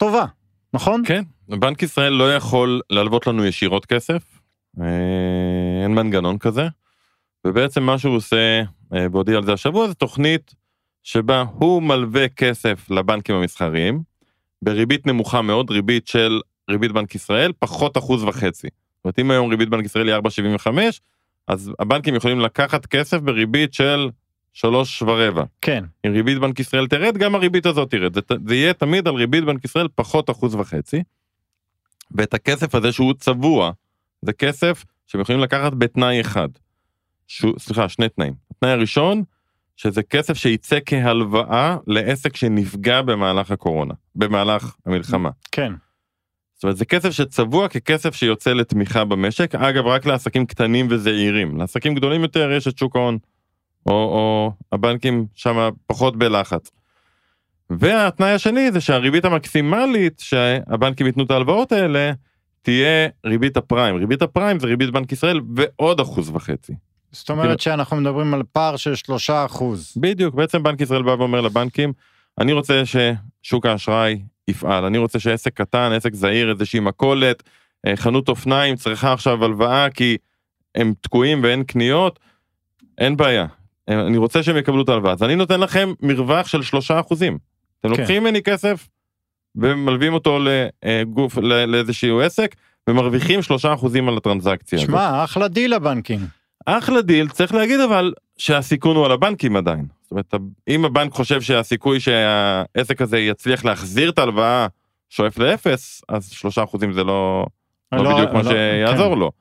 טובה, נכון? כן, בנק ישראל לא יכול להלוות לנו ישירות כסף, אין מנגנון כזה, ובעצם מה שהוא עושה, והודיע על זה השבוע, זה תוכנית שבה הוא מלווה כסף לבנקים המסחריים, בריבית נמוכה מאוד, ריבית של ריבית בנק ישראל, פחות אחוז וחצי. זאת אומרת, אם היום ריבית בנק ישראל היא ארבע נקודה שבעים וחמש, אז הבנקים יכולים לקחת כסף בריבית של שלוש ורבע. כן. אם ריבית בנק ישראל תרד, גם הריבית הזאת תרד. זה, זה יהיה תמיד על ריבית בנק ישראל פחות אחוז וחצי. ואת הכסף הזה שהוא צבוע, זה כסף שהם יכולים לקחת בתנאי אחד. שהוא, סליחה, שני תנאים. התנאי הראשון, שזה כסף שיצא כהלוואה לעסק שנפגע במהלך הקורונה, במהלך המלחמה. כן. זאת אומרת, זה כסף שצבוע ככסף שיוצא לתמיכה במשק, אגב, רק לעסקים קטנים וזעירים. לעסקים גדולים יותר יש את שוק ההון, או, או הבנקים שם פחות בלחץ. והתנאי השני זה שהריבית המקסימלית שהבנקים ייתנו את ההלוואות האלה, תהיה ריבית הפריים. ריבית הפריים זה ריבית בנק ישראל ועוד אחוז וחצי. זאת אומרת שאנחנו מדברים על פער של שלושה אחוז. בדיוק, בעצם בנק ישראל בא ואומר לבנקים, אני רוצה ששוק האשראי יפעל, אני רוצה שעסק קטן, עסק זעיר, איזושהי מקולת, חנות אופניים, צריכה עכשיו הלוואה כי הם תקועים ואין קניות, אין בעיה. אני רוצה שהם יקבלו את ההלוואה, אז אני נותן לכם מרווח של שלושה אחוזים. אתם כן. לוקחים ממני כסף, ומלווים אותו לגוף, לאיזשהו עסק, ומרוויחים שלושה אחוזים על הטרנזקציה. שמה, אחלה דיל לבנקים. אחלה דיל, צריך להגיד אבל שהסיכון הוא על הבנקים עדיין. זאת אומרת, אם הבנק חושב שהסיכוי שהעסק הזה יצליח להחזיר את ההלוואה שואף לאפס, אז שלושה אחוזים זה לא, לא, לא בדיוק לא, מה לא, שיעזור כן. לו.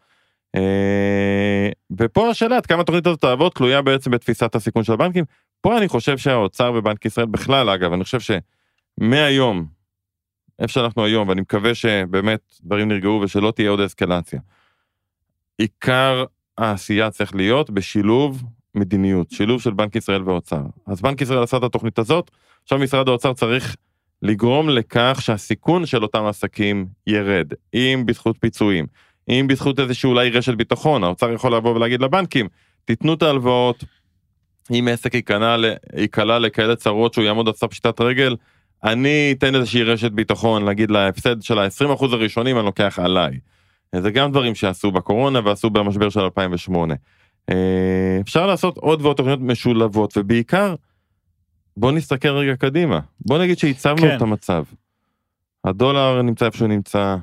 ופה השאלה, עד כמה התוכנית הזאת תעבוד, תלויה בעצם בתפיסת הסיכון של הבנקים. פה אני חושב שהאוצר ובנק ישראל בכלל, אגב, אני חושב שמהיום, איפה שאנחנו היום, ואני מקווה שבאמת דברים נרגעו ושלא תהיה עוד אסקלציה, עיקר העשייה צריך להיות בשילוב מדיניות, שילוב של בנק ישראל ואוצר. אז בנק ישראל עשה את התוכנית הזאת, עכשיו משרד האוצר צריך לגרום לכך שהסיכון של אותם עסקים ירד, אם בזכות פיצויים, אם בזכות איזושהי אולי רשת ביטחון, האוצר יכול לבוא ולהגיד לבנקים, תיתנו את ההלוואות, אם עסק יקלה לכאלה צרות שהוא יעמוד על סף פשיטת רגל, אני אתן איזושהי רשת ביטחון, להגיד להפסד של ה-עשרים אחוז הראשונים אני לוקח עליי. זה גם דברים שעשו בקורונה ועשו במשבר של אלפיים ושמונה. אפשר לעשות עוד ועוד תוכניות משולבות, ובעיקר, בוא נסתכל רגע קדימה. בוא נגיד שהצבנו כן. את המצב. הדולר נמצא איפה שהוא נמצא,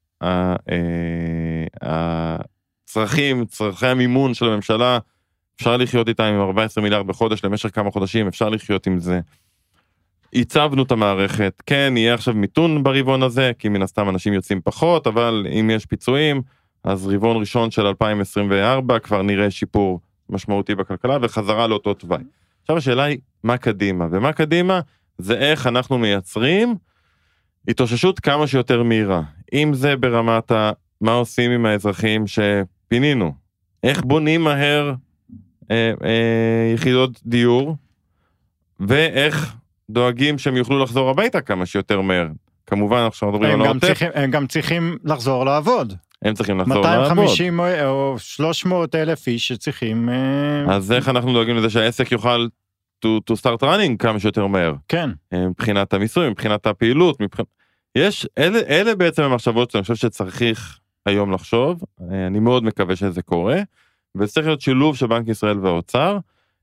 הצרכים, צרכי המימון של הממשלה, אפשר לחיות איתם עם ארבעה עשר מיליארד בחודש למשך כמה חודשים, אפשר לחיות עם זה. הצבנו את המערכת, כן, יהיה עכשיו מיתון ברבעון הזה, כי מן הסתם אנשים יוצאים פחות, אבל אם יש פיצויים, אז רבעון ראשון של אלפיים עשרים וארבע כבר נראה שיפור משמעותי בכלכלה, וחזרה לאותו תוואי. עכשיו השאלה היא, מה קדימה? ומה קדימה זה איך אנחנו מייצרים התאוששות כמה שיותר מהירה. אם זה ברמת ה, מה עושים עם האזרחים שפינינו, איך בונים מהר אה, אה, יחידות דיור, ואיך דואגים שהם יוכלו לחזור הביתה כמה שיותר מהר. כמובן, עכשיו מדברים על העוטף. הם גם צריכים לחזור לעבוד. הם צריכים לחזור לעבוד. מאתיים וחמישים או שלוש מאות אלף איש שצריכים... אז איך אנחנו דואגים לזה שהעסק יוכל to, to start running כמה שיותר מהר? כן. מבחינת המיסוי, מבחינת הפעילות, מבחינת... יש, אלה, אלה בעצם המחשבות שאני חושב שצריך היום לחשוב, אני מאוד מקווה שזה קורה, וצריך להיות שילוב של בנק ישראל והאוצר,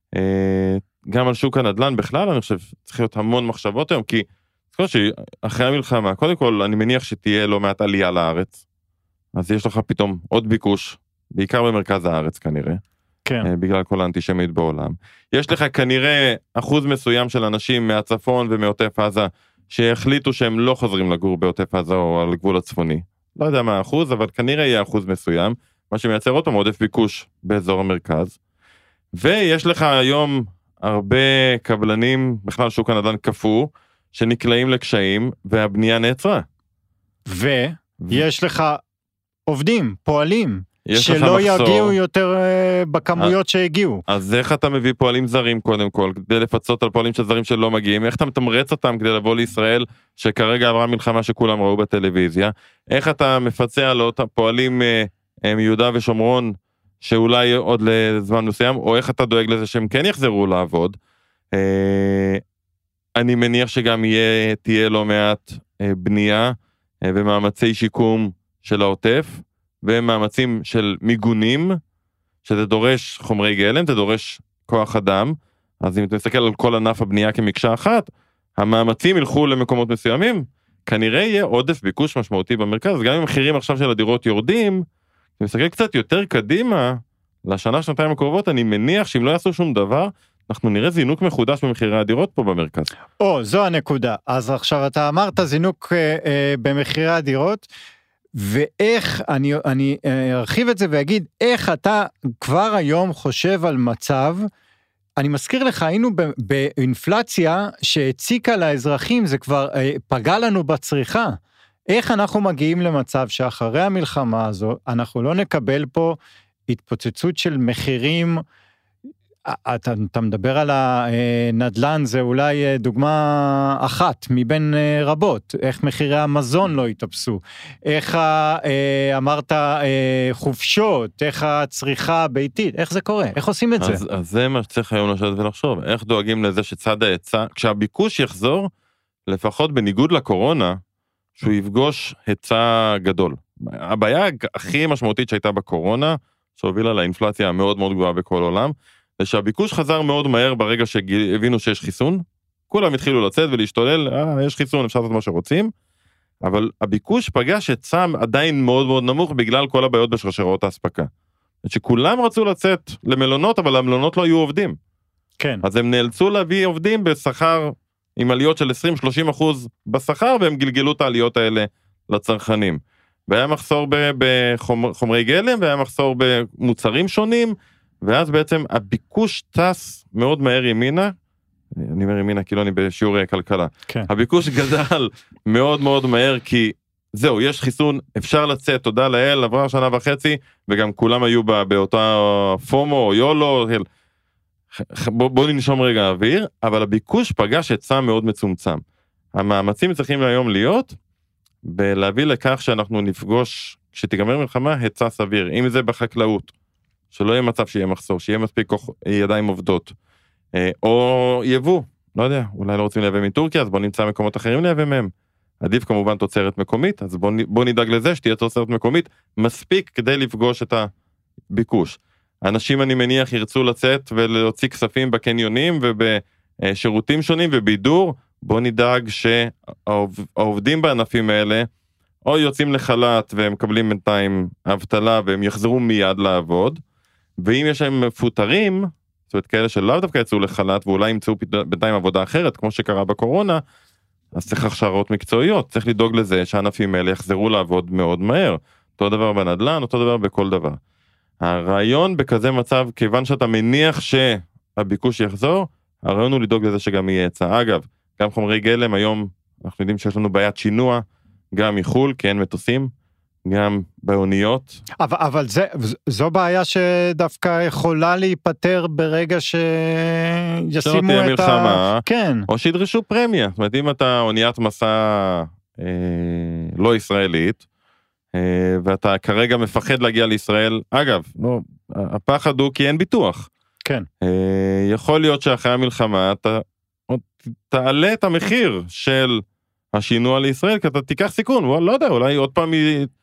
גם על שוק הנדל"ן בכלל, אני חושב צריך להיות המון מחשבות היום, כי אחרי המלחמה, קודם כל אני מניח שתהיה לא מעט עלייה לארץ, אז יש לך פתאום עוד ביקוש, בעיקר במרכז הארץ כנראה, כן. בגלל כל האנטישמיות בעולם. יש לך כנראה אחוז מסוים של אנשים מהצפון ומעוטף עזה, שהחליטו שהם לא חוזרים לגור בעוטף עזה או על הגבול הצפוני. לא יודע מה האחוז, אבל כנראה יהיה אחוז מסוים, מה שמייצר עוד פעם עודף ביקוש באזור המרכז. ויש לך היום הרבה קבלנים, בכלל שוק הנדל"ן קפוא, שנקלעים לקשיים, והבנייה נעצרה. ויש לך עובדים, פועלים, שלא יגיעו יותר uh, בכמויות שהגיעו. אז איך אתה מביא פועלים זרים קודם כל, כדי לפצות על פועלים של זרים שלא מגיעים? איך אתה מתמרץ אותם כדי לבוא לישראל, שכרגע עברה מלחמה שכולם ראו בטלוויזיה? איך אתה מפצה על אותם פועלים uh, מיהודה ושומרון, שאולי עוד לזמן מסוים, או איך אתה דואג לזה שהם כן יחזרו לעבוד? Uh, אני מניח שגם יהיה, תהיה לא מעט uh, בנייה ומאמצי שיקום של העוטף, ומאמצים של מיגונים, שזה דורש חומרי גלם, זה דורש כוח אדם, אז אם אתה מסתכל על כל ענף הבנייה כמקשה אחת, המאמצים ילכו למקומות מסוימים, כנראה יהיה עודף ביקוש משמעותי במרכז, גם אם המחירים עכשיו של הדירות יורדים, אם מסתכל קצת יותר קדימה, לשנה, שנתיים הקרובות, אני מניח שאם לא יעשו שום דבר, אנחנו נראה זינוק מחודש במחירי הדירות פה במרכז. או, זו הנקודה. אז עכשיו אתה אמרת זינוק אה, אה, במחירי הדירות, ואיך, אני, אני אה, ארחיב את זה ואגיד, איך אתה כבר היום חושב על מצב, אני מזכיר לך, היינו באינפלציה שהציקה לאזרחים, זה כבר אה, פגע לנו בצריכה. איך אנחנו מגיעים למצב שאחרי המלחמה הזו, אנחנו לא נקבל פה התפוצצות של מחירים, אתה, אתה מדבר על הנדלן, זה אולי דוגמה אחת מבין רבות, איך מחירי המזון לא יתאפסו, איך אמרת חופשות, איך הצריכה הביתית, איך זה קורה, איך עושים את אז, זה? אז זה מה שצריך היום לשבת ולחשוב, איך דואגים לזה שצד ההיצע, כשהביקוש יחזור, לפחות בניגוד לקורונה, שהוא יפגוש היצע גדול. הבעיה הכי משמעותית שהייתה בקורונה, שהובילה לאינפלציה המאוד מאוד גבוהה בכל עולם, זה שהביקוש חזר מאוד מהר ברגע שהבינו שיש חיסון, כולם התחילו לצאת ולהשתולל, אה, יש חיסון, אפשר לעשות מה שרוצים, אבל הביקוש פגש היצע עדיין מאוד מאוד נמוך, בגלל כל הבעיות בשרשרות ההספקה. שכולם רצו לצאת למלונות, אבל המלונות לא היו עובדים. כן. אז הם נאלצו להביא עובדים בשכר, עם עליות של עשרים שלושים אחוז בשכר, והם גלגלו את העליות האלה לצרכנים. והיה מחסור בחומרי גלם, והיה מחסור במוצרים שונים, ואז בעצם הביקוש טס מאוד מהר ימינה, אני אומר ימינה כאילו אני בשיעורי כלכלה, כן. הביקוש גדל מאוד מאוד מהר, כי זהו, יש חיסון, אפשר לצאת, תודה לאל, עברה שנה וחצי, וגם כולם היו באותה פומו או יולו, בוא, בוא ננשום רגע אוויר, אבל הביקוש פגש היצע מאוד מצומצם. המאמצים צריכים היום להיות, בלהביא לכך שאנחנו נפגוש, כשתיגמר מלחמה, היצע סביר, אם זה בחקלאות, שלא יהיה מצב שיהיה מחסור, שיהיה מספיק ידיים עובדות, או יבוא, לא יודע, אולי לא רוצים לייבא מטורקיה, אז בוא נמצא מקומות אחרים לייבא מהם, עדיף כמובן תוצרת מקומית, אז בוא, בוא נדאג לזה שתהיה תוצרת מקומית, מספיק כדי לפגוש את הביקוש. אנשים אני מניח ירצו לצאת ולהוציא כספים בקניונים ובשירותים שונים ובידור, בוא נדאג שהעובדים בענפים האלה, או יוצאים לחל"ת והם מקבלים בינתיים אבטלה והם יחזרו מיד לעבוד, ואם יש להם מפוטרים, זאת אומרת כאלה שלאו דווקא יצאו לחל"ת ואולי ימצאו בינתיים עבודה אחרת, כמו שקרה בקורונה, אז צריך הכשרות מקצועיות, צריך לדאוג לזה שהענפים האלה יחזרו לעבוד מאוד מהר, אותו דבר בנדל"ן, אותו דבר בכל דבר. הרעיון בכזה מצב, כיוון שאתה מניח שהביקוש יחזור, הרעיון הוא לדאוג לזה שגם יהיה היצע. אגב, גם חומרי גלם, היום אנחנו יודעים שיש לנו בעיית שינוע, גם מחול, כי אין מטוסים, גם באוניות. אבל, אבל זה, זו בעיה שדווקא יכולה להיפטר ברגע שישימו את המלחמה, ה... כן. או שידרשו פרמיה. זאת אומרת, אם אתה אוניית מסע אה, לא ישראלית, אה, ואתה כרגע מפחד להגיע לישראל, אגב, לא, הפחד הוא כי אין ביטוח. כן. אה, יכול להיות שאחרי המלחמה, אתה תעלה את המחיר של השינוע לישראל, כי אתה תיקח סיכון, לא יודע, אולי עוד פעם,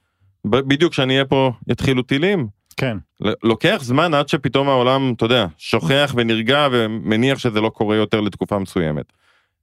בדיוק כשאני אהיה פה, יתחילו טילים. כן. לוקח זמן עד שפתאום העולם, אתה יודע, שוכח ונרגע, ומניח שזה לא קורה יותר לתקופה מסוימת.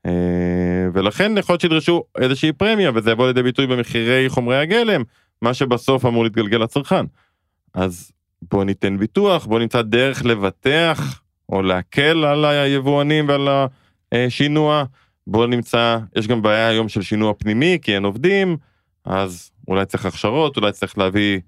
ולכן יכול להיות שידרשו איזושהי פרמיה, וזה יבוא לידי ביטוי במחירי חומרי הגלם, מה שבסוף אמור להתגלגל לצרכן. אז בוא ניתן ביטוח, בוא נמצא דרך לבטח, או להקל על היבואנים ועל השינוע, בוא נמצא, יש גם בעיה היום של שינוע פנימי, כי אין עובדים, אז אולי צריך הכשרות, אולי צריך להביא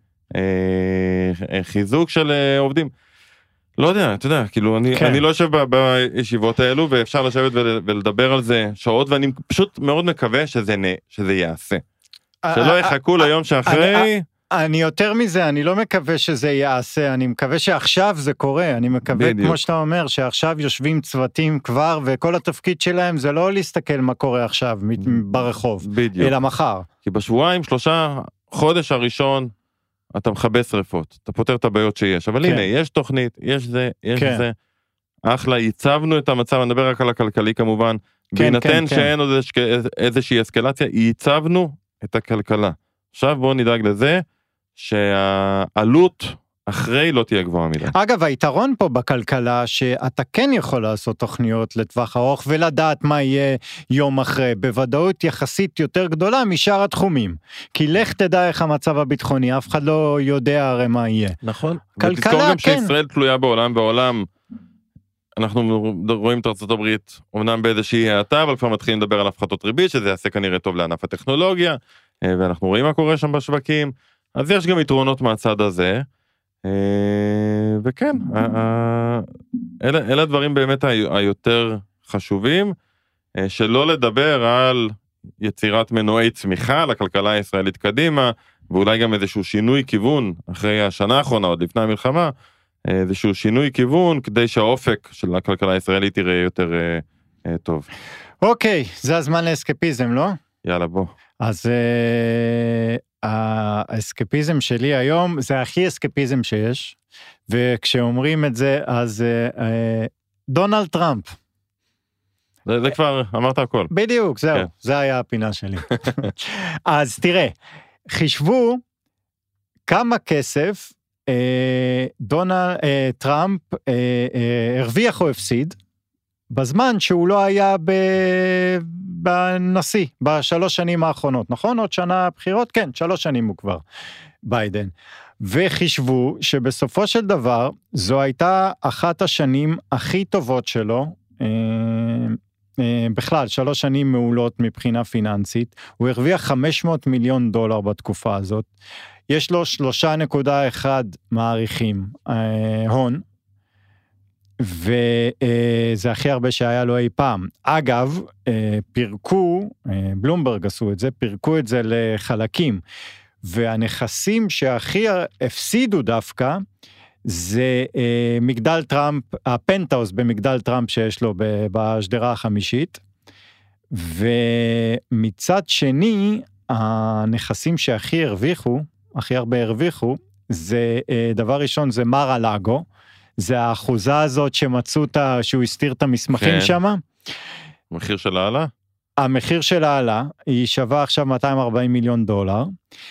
אה, חיזוק של אה, עובדים. לא יודע, אתה יודע, כאילו, אני, כן. אני לא יושב ב, בישיבות האלו, ואפשר לשבת ול, ולדבר על זה שעות, ואני פשוט מאוד מקווה שזה, שזה יעשה. שלא יחכו ליום שאחרי... אני יותר מזה, אני לא מקווה שזה יעשה, אני מקווה שעכשיו זה קורה, אני מקווה, בדיוק. כמו שאתה אומר, שעכשיו יושבים צוותים כבר, וכל התפקיד שלהם זה לא להסתכל מה קורה עכשיו ברחוב, בדיוק. אלא מחר. כי בשבועיים, שלושה, חודש הראשון, אתה מכבה שריפות, אתה פותר את הבעיות שיש, אבל כן. הנה, יש תוכנית, יש זה, יש כן. זה, אחלה, ייצבנו את המצב, אני מדבר רק על הכלכלי כמובן, בהינתן שאין עוד איזושהי אסקלציה, ייצבנו את הכלכלה. עכשיו בואו נדאג לזה, שהעלות אחרי לא תהיה גבוהה מדי. אגב, היתרון פה בכלכלה, שאתה כן יכול לעשות תוכניות לטווח ארוך, ולדעת מה יהיה יום אחרי, בוודאות יחסית יותר גדולה משאר התחומים. כי לך תדע איך המצב הביטחוני, אף אחד לא יודע הרי מה יהיה. נכון. ותזכור גם שישראל תלויה בעולם, בעולם, אנחנו רואים את ארצות הברית, אומנם באיזושהי האטה, אבל כבר מתחילים לדבר על הפחתות ריבית, שזה יעשה כנראה טוב לענף הטכנולוגיה, ואנחנו רואים מה קורה שם בשווקים, אז יש גם יתרונות מהצד הזה, וכן, אלה, אלה הדברים באמת היותר חשובים, שלא לדבר על יצירת מנועי צמיחה לכלכלה הישראלית קדימה, ואולי גם איזשהו שינוי כיוון אחרי השנה האחרונה, עוד לפני המלחמה, איזשהו שינוי כיוון כדי שהאופק של הכלכלה הישראלית יראה יותר אה, אה, טוב. אוקיי, זה הזמן לאסקפיזם, לא? יאללה, בוא. אז אה, האסקפיזם שלי היום זה הכי אסקפיזם שיש, וכשאומרים את זה, אז אה, אה, דונלד טראמפ. זה, זה כבר אמרת הכל. בדיוק, זהו, כן. זה היה הפינה שלי. אז תראה, חישבו כמה כסף, דונלד טראמפ הרוויח או הפסיד, בזמן שהוא לא היה בנשיא, בשלוש שנים האחרונות, נכון? עוד שנה בחירות? כן, שלוש שנים הוא כבר, ביידן. וחישבו שבסופו של דבר, זו הייתה אחת השנים הכי טובות שלו, בכלל, שלוש שנים מעולות מבחינה פיננסית, הוא הרוויח חמש מאות מיליון דולר בתקופה הזאת, יש לו שלוש נקודה אחת מעריכים אה, הון, וזה הכי הרבה שהיה לו אי פעם. אגב, אה, פירקו, אה, בלומברג עשו את זה, פירקו את זה לחלקים, והנכסים שהכי הפסידו דווקא, זה אה, מגדל טראמפ, הפנטהאוס במגדל טראמפ שיש לו בשדרה החמישית, ומצד שני, הנכסים שהכי הרוויחו, הכי הרבה הרוויחו, זה דבר ראשון, זה מר הלאגו, זה האחוזה הזאת שמצאו אותה, שהוא הסתיר את המסמכים כן. שם. המחיר שלה עלה? המחיר שלה עלה, היא שווה עכשיו מאתיים וארבעים מיליון דולר,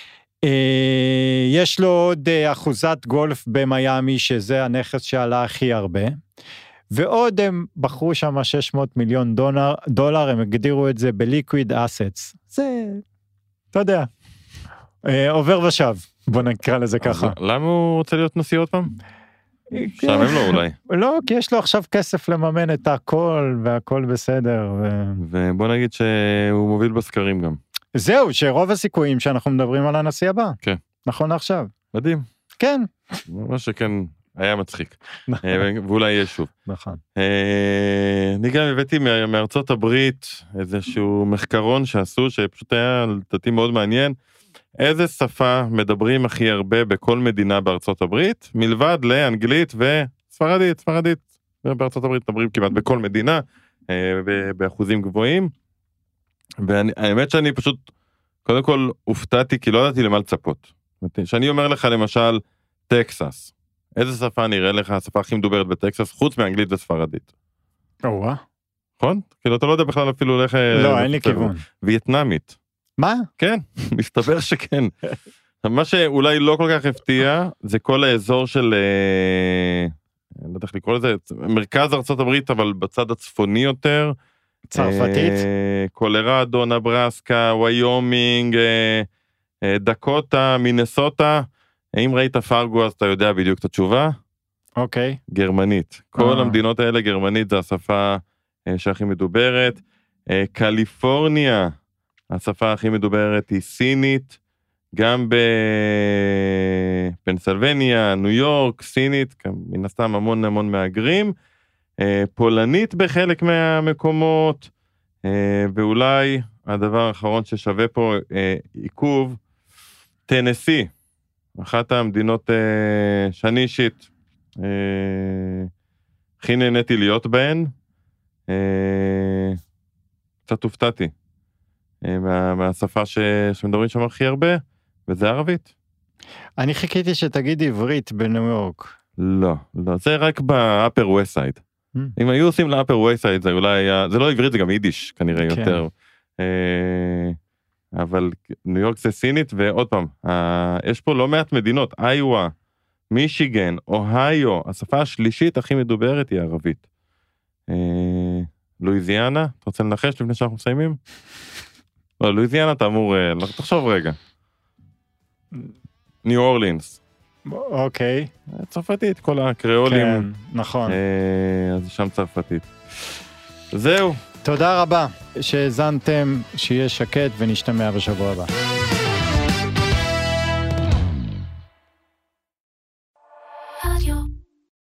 יש לו עוד אחוזת גולף במיימי, שזה הנכס שעלה הכי הרבה, ועוד הם בחרו שם שש מאות מיליון דולר, דולר, הם הגדירו את זה ב-liquid assets, זה, אתה יודע, עובר ושב, בוא נקרא לזה ככה. למה הוא רוצה להיות נשיא עוד פעם? שם הם לא אולי. לא, כי יש לו עכשיו כסף לממן את הכל, והכל בסדר. ובוא נגיד שהוא מוביל בסקרים גם. זהו, שרוב הסיכויים שאנחנו מדברים על הנשיא הבא. כן. נכון עכשיו. מדהים. כן. מה שכן היה מצחיק. ואולי יהיה שוב. נכון. אני גם הבאתי מארצות הברית איזשהו מחקרון שעשו, שפשוט היה לדעתי מאוד מעניין, איזה שפה מדברים הכי הרבה בכל מדינה בארצות הברית, מלבד לאנגלית וספרדית, ספרדית, בארצות הברית מדברים כמעט בכל מדינה, באחוזים גבוהים, והאמת שאני פשוט, קודם כל הופתעתי, כי לא ידעתי למה לצפות. שאני אומר לך למשל, טקסס, איזה שפה נראה לך, השפה הכי מדוברת בטקסס, חוץ מאנגלית וספרדית? או-אה. נכון? כאילו אתה לא יודע בכלל אפילו איך... לא, אין לי כיוון. וייטנאמית. מה? כן, מסתבר שכן. מה שאולי לא כל כך הפתיע, זה כל האזור של, אני לא יודע איך לקרוא לזה, מרכז ארצות הברית, אבל בצד הצפוני יותר. צרפתית? קולורדו, נברסקה, ויומינג, דקוטה, מינסוטה. אם ראית פרגו, אז אתה יודע בדיוק את התשובה. אוקיי. גרמנית. כל המדינות האלה, גרמנית זה השפה שהכי מדוברת. קליפורניה, השפה הכי מדוברת היא סינית, גם בפנסילבניה, ניו יורק, סינית, מן הסתם המון המון מהגרים, פולנית בחלק מהמקומות, ואולי הדבר האחרון ששווה פה עיכוב, טנסי, אחת המדינות שאני אישית הכי נהניתי להיות בהן, קצת הופתעתי. מה, מהשפה ש... שמדברים שם הכי הרבה, וזה ערבית. אני חיכיתי שתגיד עברית בניו יורק. לא, לא, זה רק ב-upper west side. אם היו עושים לאפר וייסייד, זה אולי היה, זה לא עברית, זה גם יידיש, כנראה יותר. אבל ניו יורק זה סינית, ועוד פעם, יש פה לא מעט מדינות, איואה, מישיגן, אוהיו, השפה השלישית הכי מדוברת היא ערבית. לואיזיאנה, אתה רוצה לנחש לפני שאנחנו מסיימים? לא, לואיזיאנה אתה אמור, תחשוב רגע. ניו אורלינס. אוקיי. צרפתית, כל הקריאולים. כן, נכון. אז שם צרפתית. זהו. תודה רבה שהזנתם, שיהיה שקט ונשתמע בשבוע הבא.